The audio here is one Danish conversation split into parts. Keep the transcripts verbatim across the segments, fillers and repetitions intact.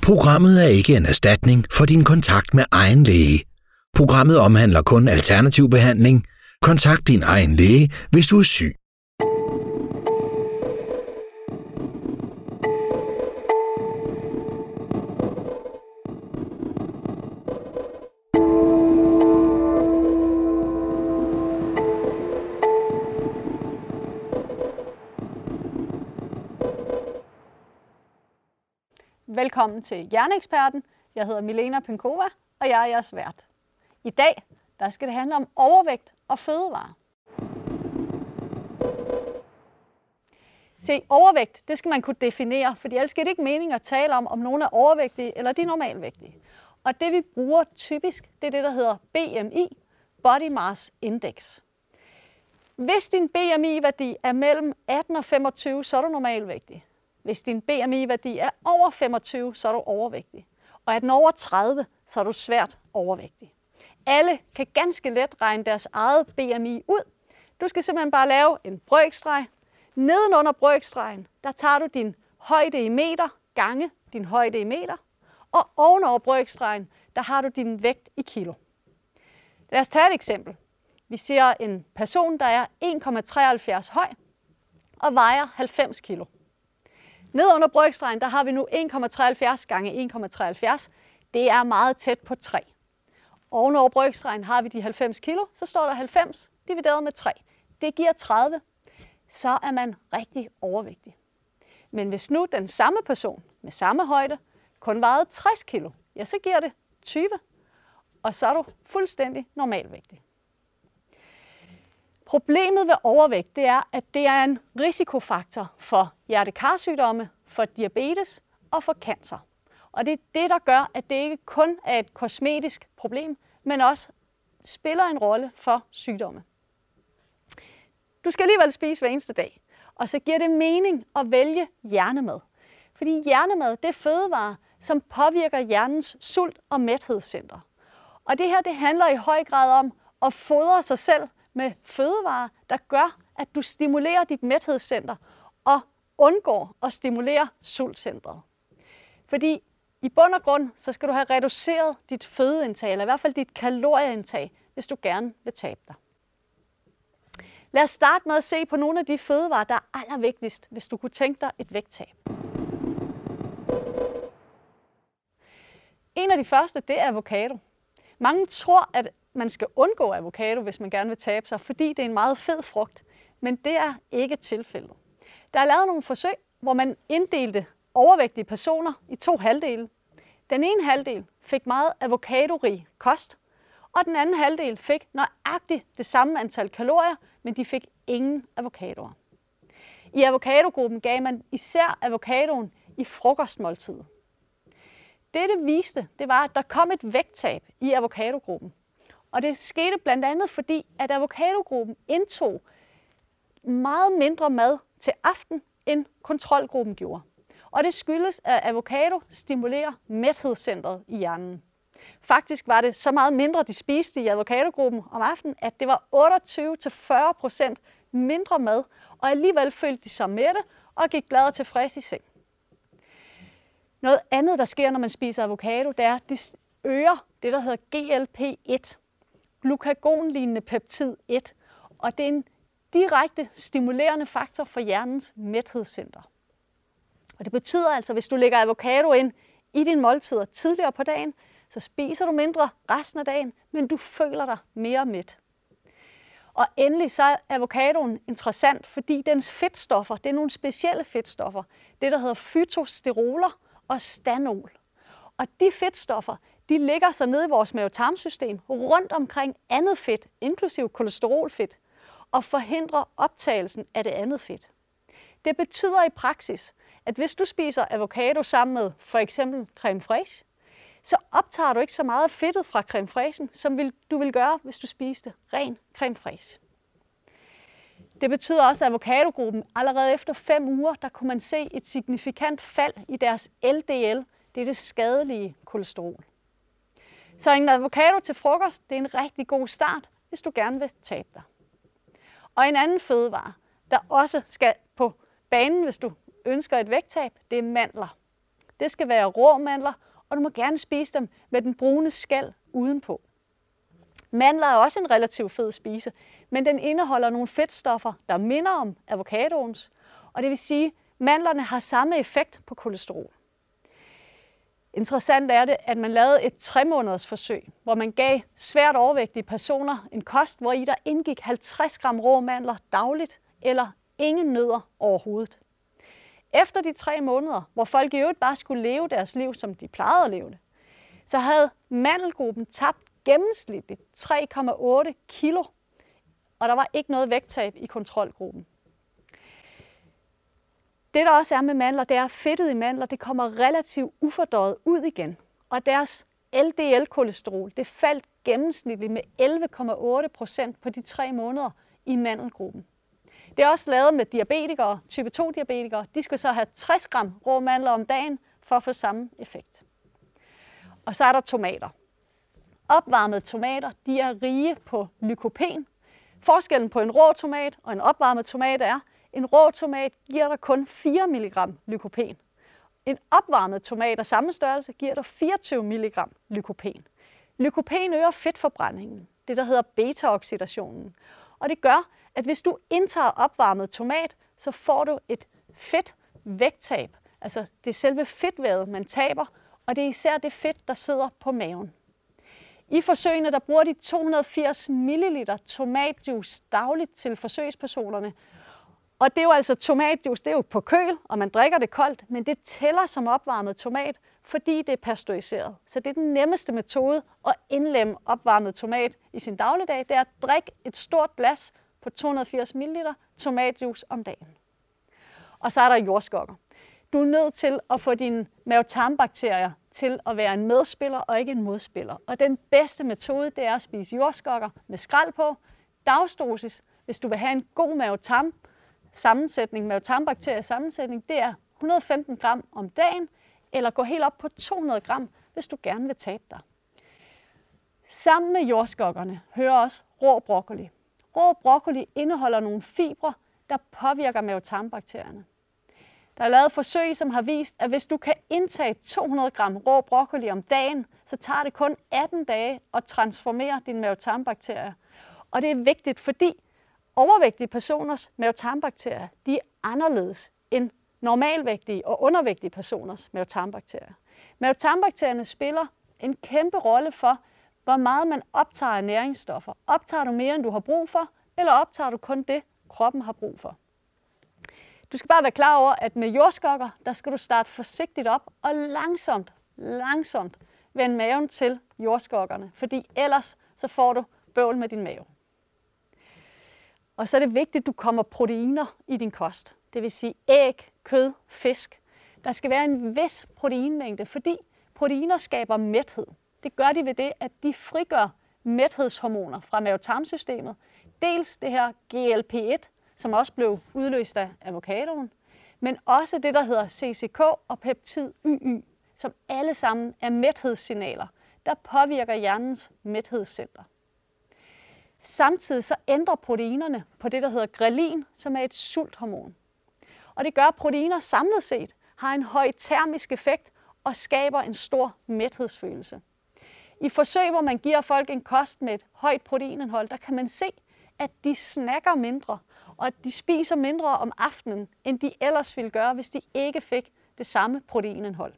Programmet er ikke en erstatning for din kontakt med egen læge. Programmet omhandler kun alternativ behandling. Kontakt din egen læge, hvis du er syg. Velkommen til Hjerneeksperten. Jeg hedder Milena Penkova, og jeg er jeres vært. I dag der skal det handle om overvægt og fødevarer. Se, overvægt det skal man kunne definere, for ellers giver det ikke mening at tale om, om nogen er overvægtige eller de er normalvægtige. Og det vi bruger typisk, det er det, der hedder B M I, Body Mass Index. Hvis din B M I-værdi er mellem atten og femogtyve, så er du normalvægtig. Hvis din B M I-værdi er over femogtyve, så er du overvægtig. Og er den over tredive, så er du svært overvægtig. Alle kan ganske let regne deres eget B M I ud. Du skal simpelthen bare lave en brøkstreg. Nedenunder brøkstregen, der tager du din højde i meter gange din højde i meter. Og ovenover brøkstregen, der har du din vægt i kilo. Lad os tage et eksempel. Vi siger en person, der er en komma treoghalvfjerds høj og vejer halvfems kilo. Nede under brøkstregen, der har vi nu en komma treoghalvfjerds gange en komma treoghalvfjerds. Det er meget tæt på tre. Ovenover brøkstregen har vi de halvfems kilo, så står der halvfems divideret med tre. Det giver tredive. Så er man rigtig overvægtig. Men hvis nu den samme person med samme højde kun vejede tres kilo, ja, så giver det tyve. Og så er du fuldstændig normalvægtig. Problemet ved overvægt, det er, at det er en risikofaktor for hjertekarsygdomme, for diabetes og for cancer. Og det er det, der gør, at det ikke kun er et kosmetisk problem, men også spiller en rolle for sygdomme. Du skal alligevel spise hver eneste dag, og så giver det mening at vælge hjernemad. Fordi hjernemad, det er fødevarer, som påvirker hjernens sult- og mæthedscenter. Og det her, det handler i høj grad om at fodre sig selv med fødevarer, der gør, at du stimulerer dit mæthedscenter og undgår at stimulere sultcentret. Fordi i bund og grund, så skal du have reduceret dit fødeindtag, eller i hvert fald dit kalorieindtag, hvis du gerne vil tabe dig. Lad os starte med at se på nogle af de fødevarer, der er allervigtigst, hvis du kunne tænke dig et vægttab. En af de første, det er avocado. Mange tror, at man skal undgå avocado, hvis man gerne vil tabe sig, fordi det er en meget fed frugt. Men det er ikke tilfældet. Der er lavet nogle forsøg, hvor man inddelte overvægtige personer i to halvdele. Den ene halvdel fik meget avocadorig kost, og den anden halvdel fik nøjagtigt det samme antal kalorier, men de fik ingen avocadoer. I avocadogruppen gav man især avocadoen i frokostmåltidet. Det, det viste, det var, at der kom et vægttab i avocadogruppen. Og det skete blandt andet fordi, at avocadogruppen indtog meget mindre mad til aften, end kontrolgruppen gjorde. Og det skyldes, at avocado stimulerer mæthedscentret i hjernen. Faktisk var det så meget mindre, de spiste i avocadogruppen om aftenen, at det var otteogtyve til fyrre procent mindre mad, og alligevel følte de sig mætte og gik glade og tilfreds i seng. Noget andet, der sker, når man spiser avocado, det er, at det øger det, der hedder G L P et, glukagonlignende peptid et, og det er en direkte stimulerende faktor for hjernens mæthedscenter. Og det betyder altså, at hvis du lægger avocado ind i dine måltider tidligere på dagen, så spiser du mindre resten af dagen, men du føler dig mere mæt. Og endelig så er avocadoen interessant, fordi dens fedtstoffer, det er nogle specielle fedtstoffer, det der hedder fytosteroler og stanol. Og de fedtstoffer, de ligger så nede i vores mavetarmsystem rundt omkring andet fedt, inklusive kolesterolfedt, og forhindrer optagelsen af det andet fedt. Det betyder i praksis, at hvis du spiser avocado sammen med for eksempel creme fraiche, så optager du ikke så meget af fedtet fra creme fraichen, som du ville gøre, hvis du spiste ren creme fraiche. Det betyder også, at avocadogruppen allerede efter fem uger, der kunne man se et signifikant fald i deres L D L, det er det skadelige kolesterol. Så en avocado til frokost, det er en rigtig god start, hvis du gerne vil tabe dig. Og en anden fødevare, der også skal på banen, hvis du ønsker et vægttab, det er mandler. Det skal være rå mandler, og du må gerne spise dem med den brune skal udenpå. Mandler er også en relativt fed spise, men den indeholder nogle fedtstoffer, der minder om avocadoens, og det vil sige, at mandlerne har samme effekt på kolesterol. Interessant er det, at man lavede et tre måneders forsøg, hvor man gav svært overvægtige personer en kost, hvor i der indgik halvtreds gram rå mandler dagligt, eller ingen nødder overhovedet. Efter de tre måneder, hvor folk i øvrigt bare skulle leve deres liv, som de plejede at leve det, så havde mandelgruppen tabt gennemsnitligt tre komma otte kilo, og der var ikke noget vægttab i kontrolgruppen. Det der også er med mandler, det er, at fedtet i mandler det kommer relativt ufordøjet ud igen, og deres L D L-kolesterol det faldt gennemsnitligt med elleve komma otte procent på de tre måneder i mandelgruppen. Det er også lavet med diabetikere, type to diabetikere. De skal så have tres gram rå mandler om dagen for at få samme effekt. Og så er der tomater. Opvarmede tomater de er rige på lykopen. Forskellen på en rå tomat og en opvarmet tomat er, en rå tomat giver dig kun fire milligram lykopen. En opvarmet tomat af samme størrelse giver dig fireogtyve milligram lykopen. Lykopen øger fedtforbrændingen, det der hedder beta-oxidationen. Og det gør, at hvis du indtager opvarmet tomat, så får du et fedtvægttab. Altså det er selve fedtvævet, man taber, og det er især det fedt, der sidder på maven. I forsøgene der bruger de to hundrede og firs milliliter tomatjuice dagligt til forsøgspersonerne. Og det er jo altså tomatjuice, det er jo på køl, og man drikker det koldt, men det tæller som opvarmet tomat, fordi det er pasteuriseret. Så det er den nemmeste metode at indlemme opvarmet tomat i sin dagligdag, det er at drikke et stort glas på to hundrede og firs milliliter tomatjuice om dagen. Og så er der jordskokker. Du er nødt til at få dine mavetarmbakterier til at være en medspiller og ikke en modspiller. Og den bedste metode, det er at spise jordskokker med skrald på, dagsdosis. Hvis du vil have en god mavetarm sammensætning, mavetarmbakterier sammensætning, det er et hundrede og femten gram om dagen, eller gå helt op på to hundrede gram, hvis du gerne vil tabe dig. Sammen med jordskokkerne hører også rå broccoli. Rå broccoli indeholder nogle fibre, der påvirker mavetarmbakterierne. Der er lavet forsøg, som har vist, at hvis du kan indtage to hundrede gram rå broccoli om dagen, så tager det kun atten dage at transformere dine mavetarmbakterier. Og det er vigtigt, fordi overvægtige personers mavetarmbakterier, de er anderledes end normalvægtige og undervægtige personers mavetarmbakterier. Mavetarmbakterierne spiller en kæmpe rolle for, hvor meget man optager af næringsstoffer. Optager du mere, end du har brug for, eller optager du kun det, kroppen har brug for? Du skal bare være klar over, at med jordskokker, der skal du starte forsigtigt op og langsomt, langsomt vende maven til jordskokkerne, fordi ellers så får du bøvl med din mave. Og så er det vigtigt, at du kommer proteiner i din kost. Det vil sige æg, kød, fisk. Der skal være en vis proteinmængde, fordi proteiner skaber mæthed. Det gør de ved det, at de frigør mæthedshormoner fra mavetarmsystemet. Dels det her G L P et, som også blev udløst af avocadoen, men også det, der hedder C C K og peptid Y Y, som alle sammen er mæthedssignaler, der påvirker hjernens mæthedscenter. Samtidig så ændrer proteinerne på det, der hedder grelin, som er et sulthormon. Og det gør, at proteiner samlet set har en høj termisk effekt og skaber en stor mæthedsfølelse. I forsøg, hvor man giver folk en kost med et højt proteinindhold, der kan man se, at de snakker mindre, og at de spiser mindre om aftenen, end de ellers ville gøre, hvis de ikke fik det samme proteinindhold.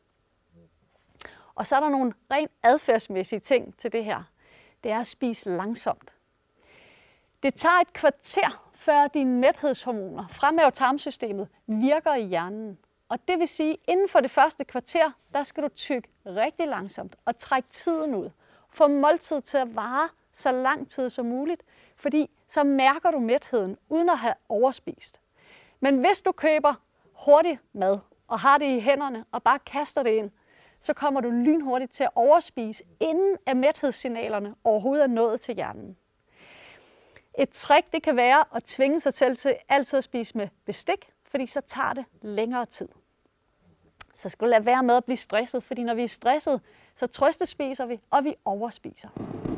Og så er der nogle rent adfærdsmæssige ting til det her. Det er at spise langsomt. Det tager et kvarter, før dine mæthedshormoner fra mavetarmsystemet virker i hjernen. Og det vil sige, at inden for det første kvarter, der skal du tygge rigtig langsomt og trække tiden ud. Få måltid til at vare så lang tid som muligt, fordi så mærker du mætheden uden at have overspist. Men hvis du køber hurtig mad og har det i hænderne og bare kaster det ind, så kommer du lynhurtigt til at overspise, inden at mæthedssignalerne overhovedet er nået til hjernen. Et trick, det kan være at tvinge sig selv til altid at spise med bestik, fordi så tager det længere tid. Så skal du lade være med at blive stresset, fordi når vi er stresset, så trøstespiser vi, og vi overspiser.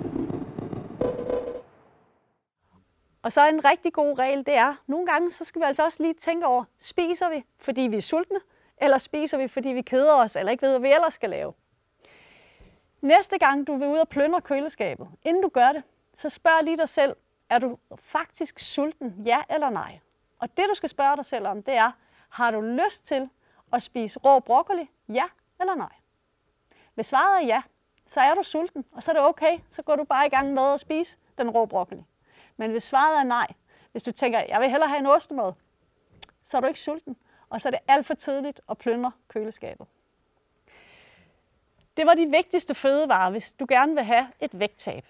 Og så en rigtig god regel, det er, nogle gange så skal vi altså også lige tænke over, spiser vi, fordi vi er sultne, Eller spiser vi, fordi vi keder os, eller ikke ved, hvad vi ellers skal lave? Næste gang du vil ud og plyndre køleskabet, inden du gør det, så spørg lige dig selv, er du faktisk sulten, ja eller nej? Og det du skal spørge dig selv om, det er, har du lyst til at spise rå broccoli, ja eller nej? Hvis svaret er ja, så er du sulten, og så er det okay, så går du bare i gang med at spise den rå broccoli. Men hvis svaret er nej, hvis du tænker, jeg vil hellere have en ostemad, så er du ikke sulten, og så er det alt for tidligt at plyndre køleskabet. Det var de vigtigste fødevarer, hvis du gerne vil have et vægttab.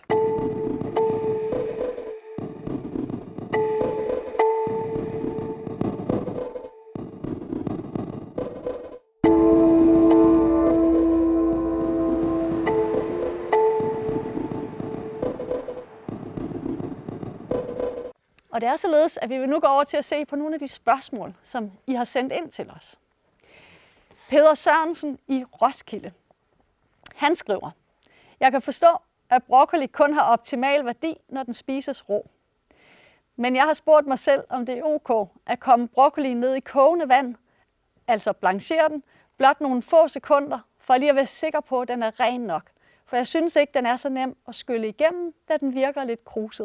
Og det er således, at vi vil nu gå over til at se på nogle af de spørgsmål, som I har sendt ind til os. Peder Sørensen i Roskilde. Han skriver, jeg kan forstå, at broccoli kun har optimal værdi, når den spises rå. Men jeg har spurgt mig selv, om det er ok at komme broccoli ned i kogende vand, altså blanchere den, blot nogle få sekunder, for lige at være sikker på, at den er ren nok. For jeg synes ikke, den er så nem at skylle igennem, da den virker lidt kruset.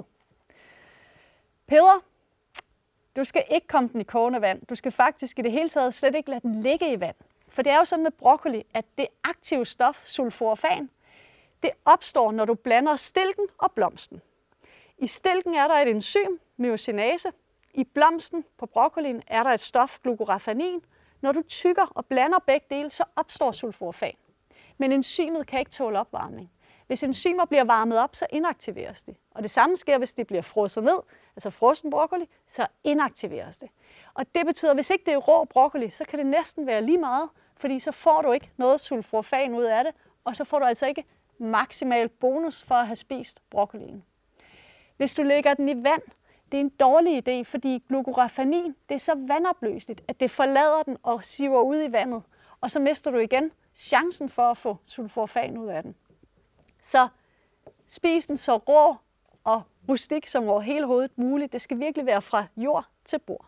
Peder, du skal ikke komme den i kogende vand. Du skal faktisk i det hele taget slet ikke lade den ligge i vand. For det er jo sådan med broccoli, at det aktive stof, sulforafan, det opstår, når du blander stilken og blomsten. I stilken er der et enzym, myosinase. I blomsten på broccolien er der et stof, glucorafanin. Når du tykker og blander begge dele, så opstår sulforafan. Men enzymet kan ikke tåle opvarmning. Hvis enzymer bliver varmet op, så inaktiveres de. Og det samme sker, hvis det bliver frosset ned, altså frossen broccoli, så inaktiveres det. Og det betyder, at hvis ikke det er rå broccoli, så kan det næsten være lige meget, fordi så får du ikke noget sulforafan ud af det, og så får du altså ikke maksimal bonus for at have spist broccolien. Hvis du lægger den i vand, det er en dårlig idé, fordi glucorafanin, det er så vandopløseligt, at det forlader den og siver ud i vandet, og så mister du igen chancen for at få sulforafan ud af den. Så spis den så rå og rustik som over hele hovedet muligt. Det skal virkelig være fra jord til bord.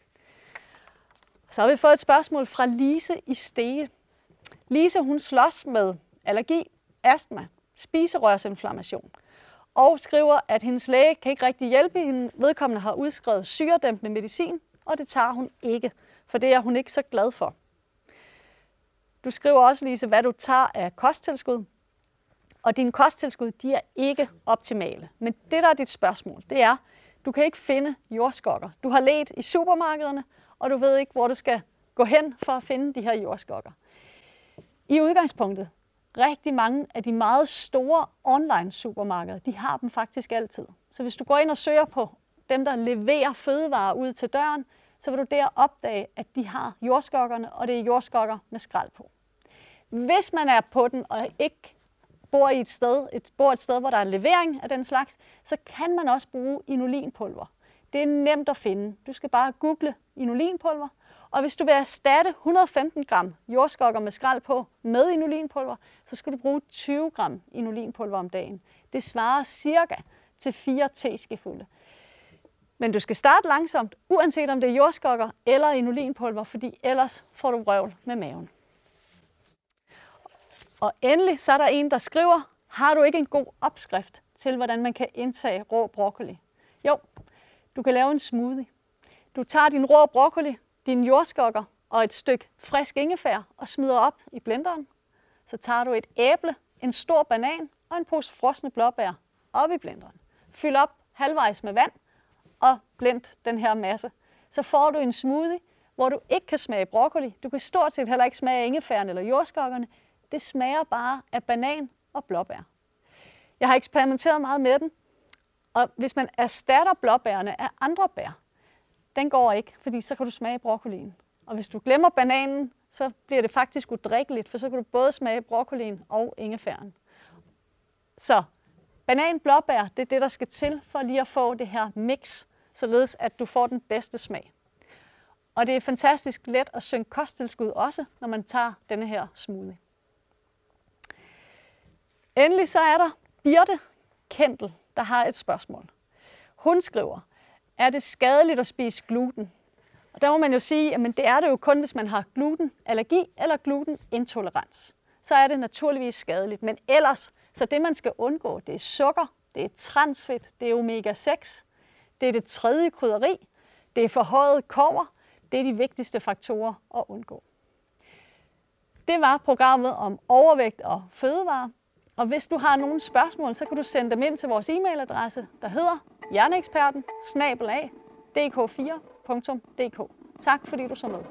Så har vi fået et spørgsmål fra Lise i Stege. Lise, hun slås med allergi, astma, spiserørsinflammation og skriver, at hendes læge kan ikke rigtig hjælpe hende. Vedkommende har udskrevet syredæmpende medicin, og det tager hun ikke, for det er hun ikke så glad for. Du skriver også, Lise, hvad du tager af kosttilskud. Og dine kosttilskud, de er ikke optimale. Men det, der er dit spørgsmål, det er, du kan ikke finde jordskokker. Du har ledt i supermarkederne, og du ved ikke, hvor du skal gå hen for at finde de her jordskokker. I udgangspunktet, rigtig mange af de meget store online supermarkeder, de har dem faktisk altid. Så hvis du går ind og søger på dem, der leverer fødevarer ud til døren, så vil du der opdage, at de har jordskokkerne, og det er jordskokker med skrald på. Hvis man er på den og ikke bor i et sted, et, bor et sted, hvor der er levering af den slags, så kan man også bruge inulinpulver. Det er nemt at finde. Du skal bare google inulinpulver, og hvis du vil erstatte et hundrede og femten gram jordskokker med skrald på med inulinpulver, så skal du bruge tyve gram inulinpulver om dagen. Det svarer cirka til fire teskefulde. Men du skal starte langsomt, uanset om det er jordskokker eller inulinpulver, fordi ellers får du vrøvl med maven. Og endelig så er der en, der skriver, har du ikke en god opskrift til, hvordan man kan indtage rå broccoli? Jo, du kan lave en smoothie. Du tager din rå broccoli, dine jordskokker og et stykke frisk ingefær og smider op i blenderen. Så tager du et æble, en stor banan og en pose frosne blåbær op i blenderen. Fyld op halvvejs med vand og blend den her masse. Så får du en smoothie, hvor du ikke kan smage broccoli. Du kan stort set heller ikke smage ingefæren eller jordskokkerne. Det smager bare af banan og blåbær. Jeg har eksperimenteret meget med den, og hvis man erstatter blåbærene af andre bær, den går ikke, fordi så kan du smage broccolien. Og hvis du glemmer bananen, så bliver det faktisk udrikkeligt, for så kan du både smage broccolien og ingefæren. Så banan, blåbær, det er det, der skal til for lige at få det her mix, således at du får den bedste smag. Og det er fantastisk let at synke kosttilskud også, når man tager denne her smoothie. Endelig så er der Birte Kendel, der har et spørgsmål. Hun skriver, er det skadeligt at spise gluten? Og der må man jo sige, at det er det jo kun, hvis man har glutenallergi eller glutenintolerans. Så er det naturligvis skadeligt. Men ellers, så det man skal undgå, det er sukker, det er transfedt, det er omega seks, det er det tredje krydderi, det er forhøjet kobber, det er de vigtigste faktorer at undgå. Det var programmet om overvægt og fødevarer. Og hvis du har nogle spørgsmål, så kan du sende dem ind til vores e-mailadresse, der hedder hjerneeksperten snabel-a d k fire punktum d k. Tak fordi du så med.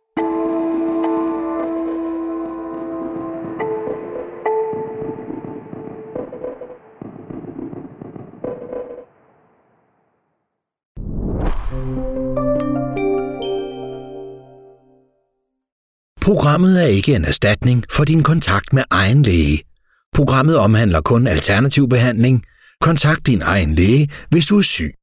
Programmet er ikke en erstatning for din kontakt med egen læge. Programmet omhandler kun alternativ behandling. Kontakt din egen læge, hvis du er syg.